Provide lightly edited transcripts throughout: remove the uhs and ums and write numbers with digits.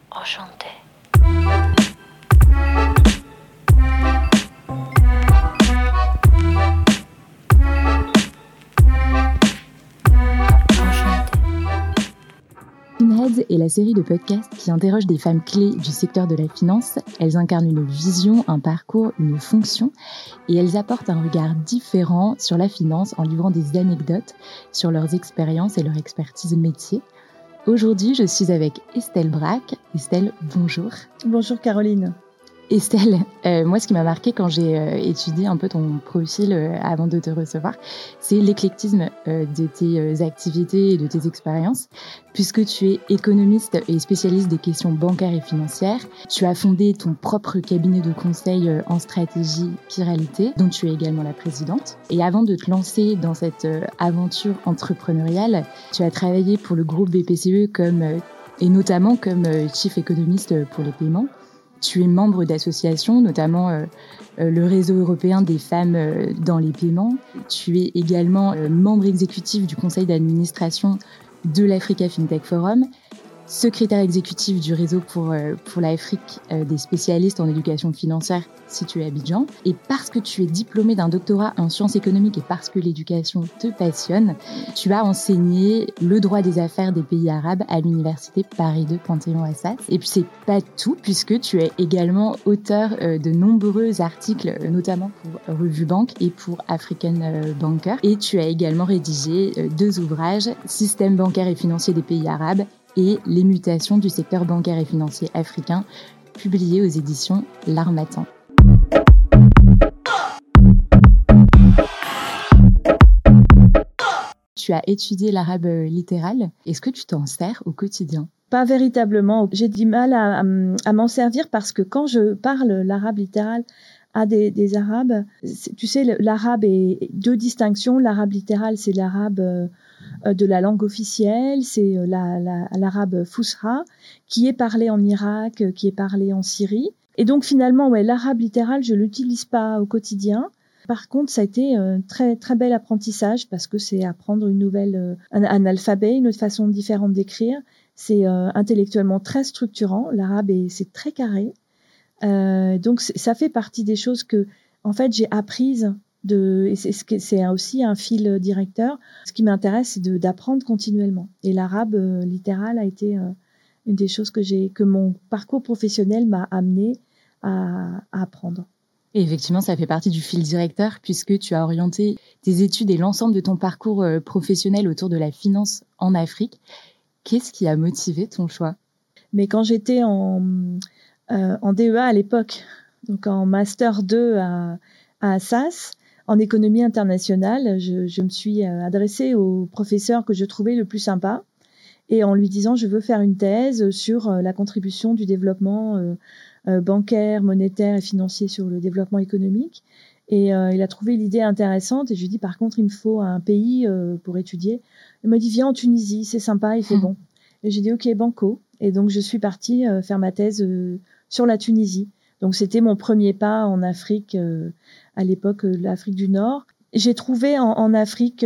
Enchantée. Pinheads est la série de podcasts qui interroge des femmes clés du secteur de la finance. Elles incarnent une vision, un parcours, une fonction et elles apportent un regard différent sur la finance en livrant des anecdotes sur leurs expériences et leur expertise métier. Aujourd'hui, je suis avec Estelle Braque. Estelle, bonjour. Bonjour Caroline. Estelle, moi ce qui m'a marqué quand j'ai étudié un peu ton profil avant de te recevoir, c'est l'éclectisme de tes activités et de tes expériences, puisque tu es économiste et spécialiste des questions bancaires et financières. Tu as fondé ton propre cabinet de conseil en stratégie Chiralité, dont tu es également la présidente. Et avant de te lancer dans cette aventure entrepreneuriale, tu as travaillé pour le groupe BPCE et notamment comme chief économiste pour les paiements. Tu es membre d'associations, notamment le réseau européen des femmes dans les paiements. Tu es également membre exécutif du conseil d'administration de l'Africa FinTech Forum, secrétaire exécutif du réseau pour l'Afrique des spécialistes en éducation financière situé à Abidjan. Et parce que tu es diplômé d'un doctorat en sciences économiques et parce que l'éducation te passionne, tu as enseigné le droit des affaires des pays arabes à l'université Paris 2 Panthéon-Assas. Et puis c'est pas tout, puisque tu es également auteur de nombreux articles, notamment pour Revue Banque et pour African Banker. Et tu as également rédigé 2 ouvrages, Système bancaire et financier des pays arabes et les mutations du secteur bancaire et financier africain, publié aux éditions L'Harmattan. Tu as étudié l'arabe littéral. Est-ce que tu t'en sers au quotidien ? Pas véritablement. J'ai du mal à m'en servir parce que quand je parle l'arabe littéral à des Arabes, tu sais, l'arabe est 2 distinctions. L'arabe littéral, c'est l'arabe de la langue officielle, c'est l'arabe Fusha, qui est parlé en Irak, qui est parlé en Syrie. Et donc finalement, l'arabe littéral, je l'utilise pas au quotidien. Par contre, ça a été un très très bel apprentissage parce que c'est apprendre un alphabet, une autre façon différente d'écrire. C'est intellectuellement très structurant. L'arabe c'est très carré. Donc ça fait partie des choses que en fait j'ai apprises. Et c'est aussi un fil directeur. Ce qui m'intéresse, c'est d'apprendre continuellement. Et l'arabe littéral a été une des choses que mon parcours professionnel m'a amené à apprendre. Et effectivement, ça fait partie du fil directeur puisque tu as orienté tes études et l'ensemble de ton parcours professionnel autour de la finance en Afrique. Qu'est-ce qui a motivé ton choix ? Mais quand j'étais en DEA à l'époque, donc en Master 2 à Assas, en économie internationale, je me suis adressée au professeur que je trouvais le plus sympa et en lui disant je veux faire une thèse sur la contribution du développement bancaire, monétaire et financier sur le développement économique. Et il a trouvé l'idée intéressante et je lui ai dit par contre il me faut un pays pour étudier. Il m'a dit viens en Tunisie, c'est sympa, il fait bon. Et j'ai dit ok banco. Et donc je suis partie faire ma thèse sur la Tunisie. Donc c'était mon premier pas en Afrique, à l'époque l'Afrique du Nord. J'ai trouvé en Afrique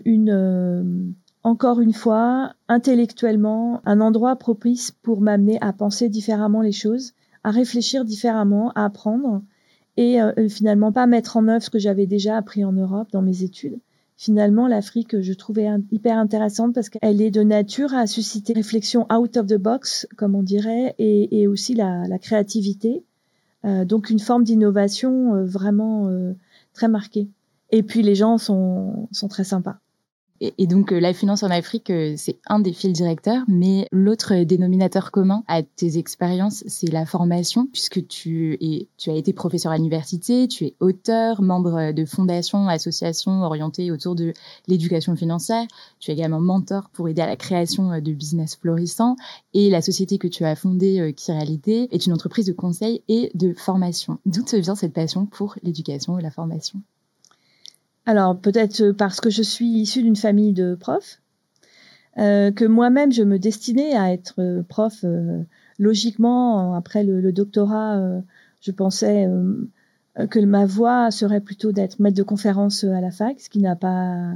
encore une fois, intellectuellement, un endroit propice pour m'amener à penser différemment les choses, à réfléchir différemment, à apprendre et finalement pas mettre en œuvre ce que j'avais déjà appris en Europe dans mes études. Finalement, l'Afrique, je trouvais hyper intéressante parce qu'elle est de nature à susciter réflexion out of the box, comme on dirait, et aussi la créativité. Donc une forme d'innovation vraiment très marquée. Et puis les gens sont très sympas. Et donc, la finance en Afrique, c'est un des fils directeurs, mais l'autre dénominateur commun à tes expériences, c'est la formation, puisque tu as été professeur à l'université, tu es auteur, membre de fondations, associations orientées autour de l'éducation financière, tu es également mentor pour aider à la création de business florissants, et la société que tu as fondée, Chiralité, est une entreprise de conseil et de formation. D'où te vient cette passion pour l'éducation et la formation ? Alors, peut-être parce que je suis issue d'une famille de profs, que moi-même, je me destinais à être prof. Logiquement, après le doctorat, je pensais que ma voie serait plutôt d'être maître de conférence à la fac, ce qui n'a pas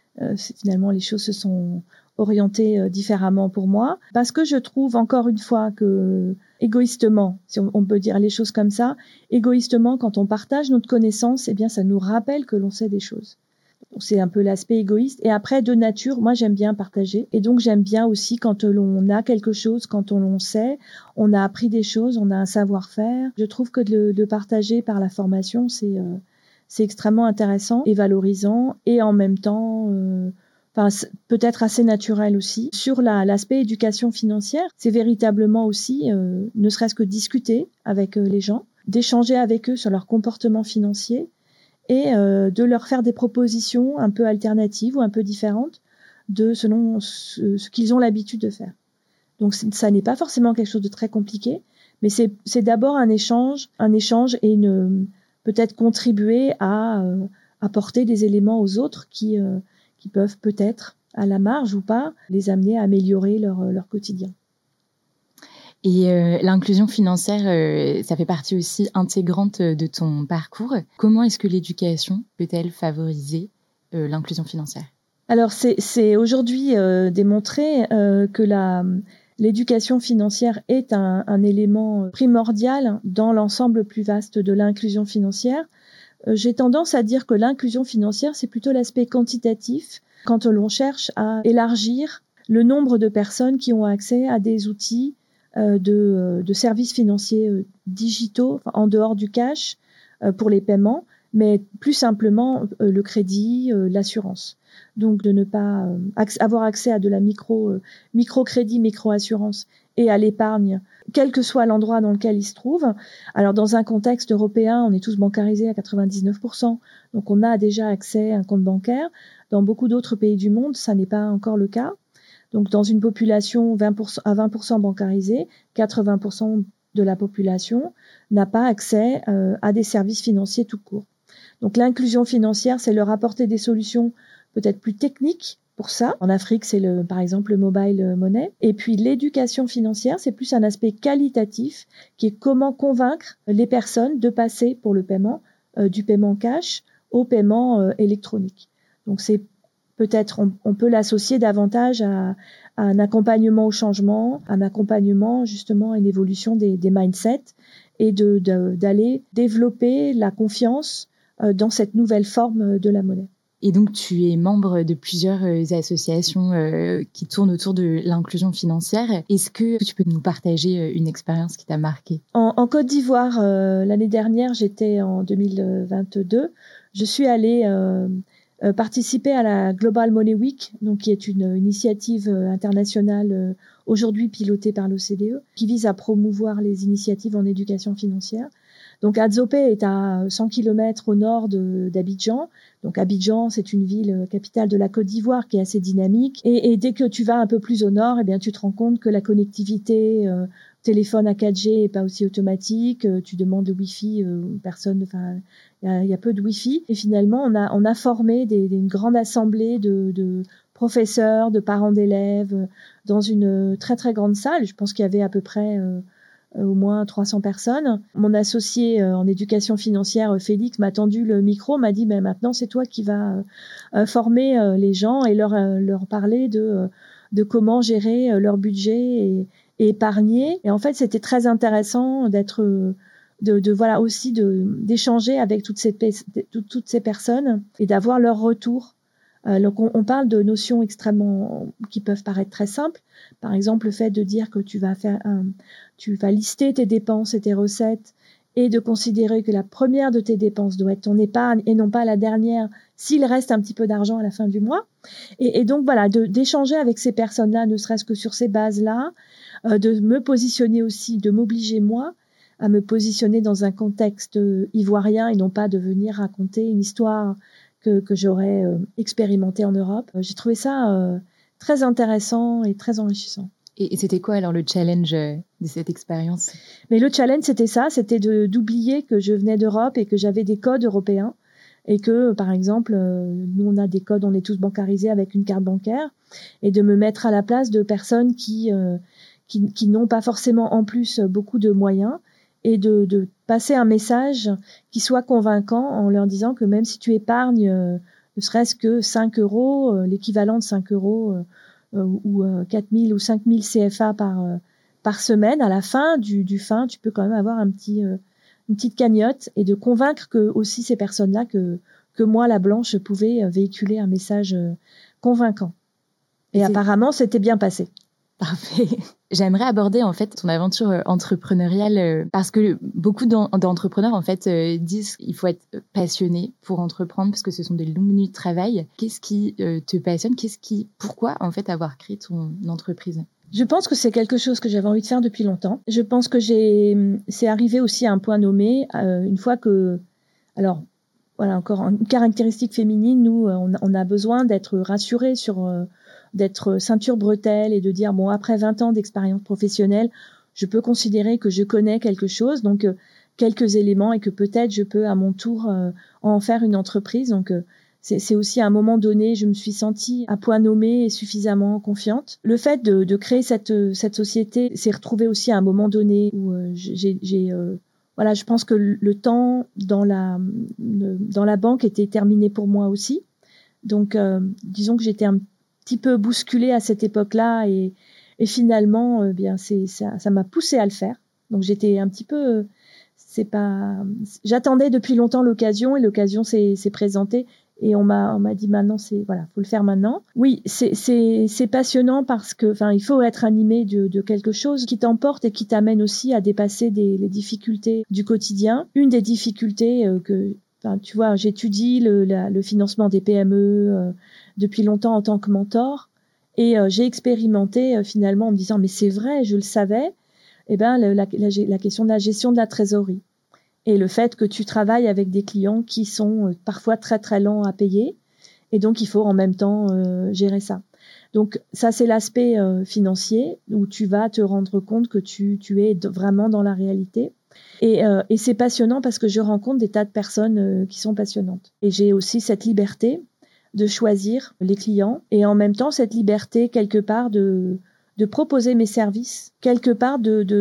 Finalement, les choses se sont orientées différemment pour moi. Parce que je trouve, encore une fois, que égoïstement, si on peut dire les choses comme ça, égoïstement, quand on partage notre connaissance, eh bien, ça nous rappelle que l'on sait des choses. C'est un peu l'aspect égoïste. Et après, de nature, moi, j'aime bien partager. Et donc, j'aime bien aussi quand l'on a quelque chose, quand on sait, on a appris des choses, on a un savoir-faire. Je trouve que de partager par la formation, c'est extrêmement intéressant et valorisant et en même temps, peut-être assez naturel aussi. Sur l'aspect éducation financière, c'est véritablement aussi, ne serait-ce que discuter avec les gens, d'échanger avec eux sur leur comportement financier et de leur faire des propositions un peu alternatives ou un peu différentes selon ce qu'ils ont l'habitude de faire. Donc ça n'est pas forcément quelque chose de très compliqué, mais c'est d'abord un échange et peut-être contribuer à apporter des éléments aux autres qui peuvent peut-être, à la marge ou pas, les amener à améliorer leur quotidien. Et l'inclusion financière, ça fait partie aussi intégrante de ton parcours. Comment est-ce que l'éducation peut-elle favoriser l'inclusion financière ? Alors, c'est aujourd'hui démontré que l'éducation financière est un élément primordial dans l'ensemble plus vaste de l'inclusion financière. J'ai tendance à dire que l'inclusion financière, c'est plutôt l'aspect quantitatif quand l'on cherche à élargir le nombre de personnes qui ont accès à des outils de services financiers digitaux, en dehors du cash, pour les paiements, mais plus simplement le crédit, l'assurance. Donc de ne pas avoir accès à de la microcrédit, micro-assurance et à l'épargne, quel que soit l'endroit dans lequel il se trouve. Alors dans un contexte européen, on est tous bancarisés à 99%, donc on a déjà accès à un compte bancaire. Dans beaucoup d'autres pays du monde, ça n'est pas encore le cas. Donc dans une population 20% bancarisée, 80% de la population n'a pas accès à des services financiers tout court. Donc l'inclusion financière, c'est leur apporter des solutions peut-être plus techniques pour ça. En Afrique, c'est par exemple le mobile money. Et puis l'éducation financière, c'est plus un aspect qualitatif qui est comment convaincre les personnes de passer pour le paiement du paiement cash au paiement électronique. Donc c'est peut-être, on peut l'associer davantage à un accompagnement au changement, un accompagnement justement à une évolution des mindsets et d'aller développer la confiance dans cette nouvelle forme de la monnaie. Et donc, tu es membre de plusieurs associations qui tournent autour de l'inclusion financière. Est-ce que tu peux nous partager une expérience qui t'a marquée ? En Côte d'Ivoire, l'année dernière, j'étais en 2022, je suis allée participer à la Global Money Week, donc qui est une initiative internationale aujourd'hui pilotée par l'OCDE, qui vise à promouvoir les initiatives en éducation financière. Donc Adzopé est à 100 km au nord d'Abidjan. Donc Abidjan, c'est une ville capitale de la Côte d'Ivoire qui est assez dynamique. Et dès que tu vas un peu plus au nord, eh bien tu te rends compte que la connectivité téléphone à 4G est pas aussi automatique. Tu demandes le Wi-Fi, personne. Enfin, il y a peu de Wi-Fi. Et finalement, on a formé une grande assemblée de professeurs, de parents d'élèves dans une très très grande salle. Je pense qu'il y avait à peu près au moins 300 personnes. Mon associé en éducation financière, Félix, m'a tendu le micro, m'a dit ben, maintenant c'est toi qui vas former les gens et leur parler de comment gérer leur budget et épargner. Et en fait, c'était très intéressant voilà aussi d'échanger avec toutes ces personnes et d'avoir leur retour. Donc on parle de notions extrêmement qui peuvent paraître très simples. Par exemple, le fait de dire que tu vas lister tes dépenses et tes recettes et de considérer que la première de tes dépenses doit être ton épargne et non pas la dernière s'il reste un petit peu d'argent à la fin du mois. Et donc voilà, d'échanger avec ces personnes-là, ne serait-ce que sur ces bases-là, de me positionner aussi, de m'obliger moi à me positionner dans un contexte ivoirien et non pas de venir raconter une histoire que j'aurais expérimenté en Europe. J'ai trouvé ça très intéressant et très enrichissant. Et c'était quoi alors le challenge de cette expérience ? Mais le challenge, c'était ça, c'était d'oublier que je venais d'Europe et que j'avais des codes européens et que, par exemple, nous, on a des codes, on est tous bancarisés avec une carte bancaire et de me mettre à la place de personnes qui n'ont pas forcément en plus beaucoup de moyens et de passer un message qui soit convaincant en leur disant que même si tu épargnes, ne ne serait-ce que 5 euros, l'équivalent de 5 euros ou 4 000 ou 5 000 CFA par semaine. À la fin du fin, tu peux quand même avoir une petite cagnotte et de convaincre que aussi ces personnes-là que moi, la blanche, pouvais véhiculer un message convaincant. Et apparemment, c'était bien passé. Parfait. J'aimerais aborder en fait ton aventure entrepreneuriale parce que beaucoup d'entrepreneurs en fait disent qu'il faut être passionné pour entreprendre parce que ce sont des longues nuits de travail. Qu'est-ce qui te passionne ? Pourquoi en fait avoir créé ton entreprise ? Je pense que c'est quelque chose que j'avais envie de faire depuis longtemps. Je pense que c'est arrivé aussi à un point nommé une fois que, alors voilà encore une caractéristique féminine, nous on a besoin d'être rassurés d'être ceinture bretelle et de dire bon, après 20 ans d'expérience professionnelle, je peux considérer que je connais quelque chose, donc quelques éléments et que peut-être je peux à mon tour en faire une entreprise. Donc c'est aussi à un moment donné, je me suis sentie à point nommé et suffisamment confiante. Le fait de créer cette société s'est retrouvé aussi à un moment donné où voilà, je pense que le temps dans la banque était terminé pour moi aussi. Donc disons que j'étais un petit peu bousculée à cette époque-là et finalement bien ça m'a poussée à le faire. Donc j'étais un petit peu j'attendais depuis longtemps l'occasion et l'occasion s'est présentée et on m'a dit maintenant faut le faire maintenant. Oui, c'est passionnant parce que il faut être animé de quelque chose qui t'emporte et qui t'amène aussi à dépasser les difficultés du quotidien. Une des difficultés tu vois, j'étudie le financement des PME depuis longtemps en tant que mentor et j'ai expérimenté finalement en me disant mais c'est vrai, je le savais, la question de la gestion de la trésorerie et le fait que tu travailles avec des clients qui sont parfois très très lents à payer et donc il faut en même temps gérer ça. Donc ça c'est l'aspect financier où tu vas te rendre compte que tu es vraiment dans la réalité. Et c'est passionnant parce que je rencontre des tas de personnes qui sont passionnantes. Et j'ai aussi cette liberté de choisir les clients et en même temps cette liberté quelque part de proposer mes services, quelque part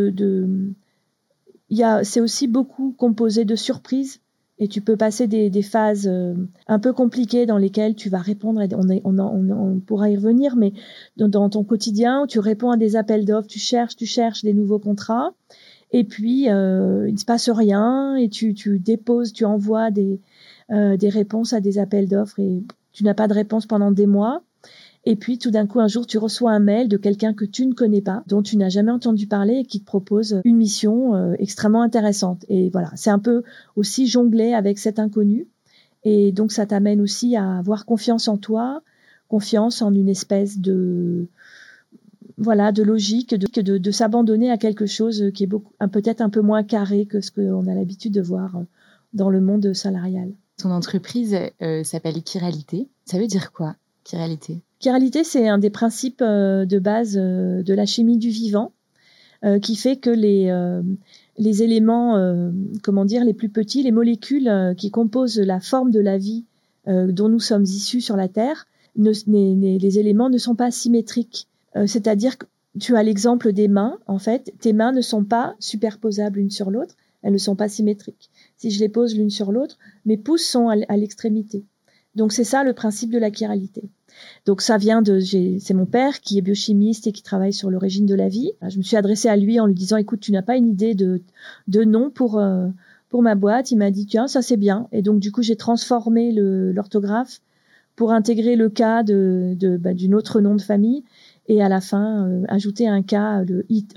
c'est aussi beaucoup composé de surprises et tu peux passer des phases un peu compliquées dans lesquelles tu vas répondre, on pourra y revenir, mais dans ton quotidien, tu réponds à des appels d'offres, tu cherches des nouveaux contrats. Et puis, il ne se passe rien et tu déposes, tu envoies des réponses à des appels d'offres et tu n'as pas de réponse pendant des mois. Et puis, tout d'un coup, un jour, tu reçois un mail de quelqu'un que tu ne connais pas, dont tu n'as jamais entendu parler et qui te propose une mission extrêmement intéressante. Et voilà, c'est un peu aussi jongler avec cet inconnu. Et donc, ça t'amène aussi à avoir confiance en toi, confiance en une espèce de logique, de s'abandonner à quelque chose qui est peut-être un peu moins carré que ce qu'on a l'habitude de voir dans le monde salarial. Ton entreprise s'appelle Chiralité. Ça veut dire quoi, Chiralité ? Chiralité, c'est un des principes de base de la chimie du vivant qui fait que les éléments, les plus petits, les molécules qui composent la forme de la vie dont nous sommes issus sur la Terre, les éléments ne sont pas symétriques. C'est-à-dire que tu as l'exemple des mains, en fait, tes mains ne sont pas superposables l'une sur l'autre, elles ne sont pas symétriques. Si je les pose l'une sur l'autre, mes pouces sont à l'extrémité. Donc c'est ça le principe de la chiralité. Donc ça vient c'est mon père qui est biochimiste et qui travaille sur l'origine de la vie. Je me suis adressée à lui en lui disant écoute, tu n'as pas une idée de nom pour ma boîte. Il m'a dit tiens, ça c'est bien. Et donc du coup, j'ai transformé l'orthographe pour intégrer le K d'une autre nom de famille et à la fin ajouter un K, le IT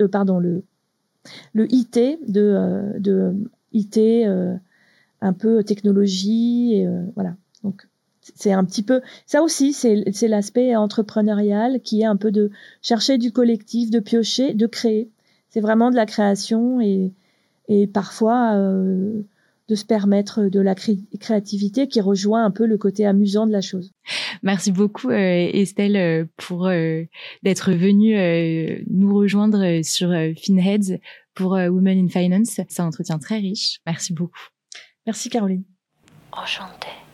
de IT un peu technologie et voilà. Donc c'est un petit peu ça aussi, c'est l'aspect entrepreneurial qui est un peu de chercher du collectif, de piocher, de créer. C'est vraiment de la création et parfois de se permettre de la créativité qui rejoint un peu le côté amusant de la chose. Merci beaucoup Estelle pour d'être venue nous rejoindre sur Finheads pour Women in Finance. C'est un entretien très riche. Merci beaucoup. Merci Caroline. Enchantée.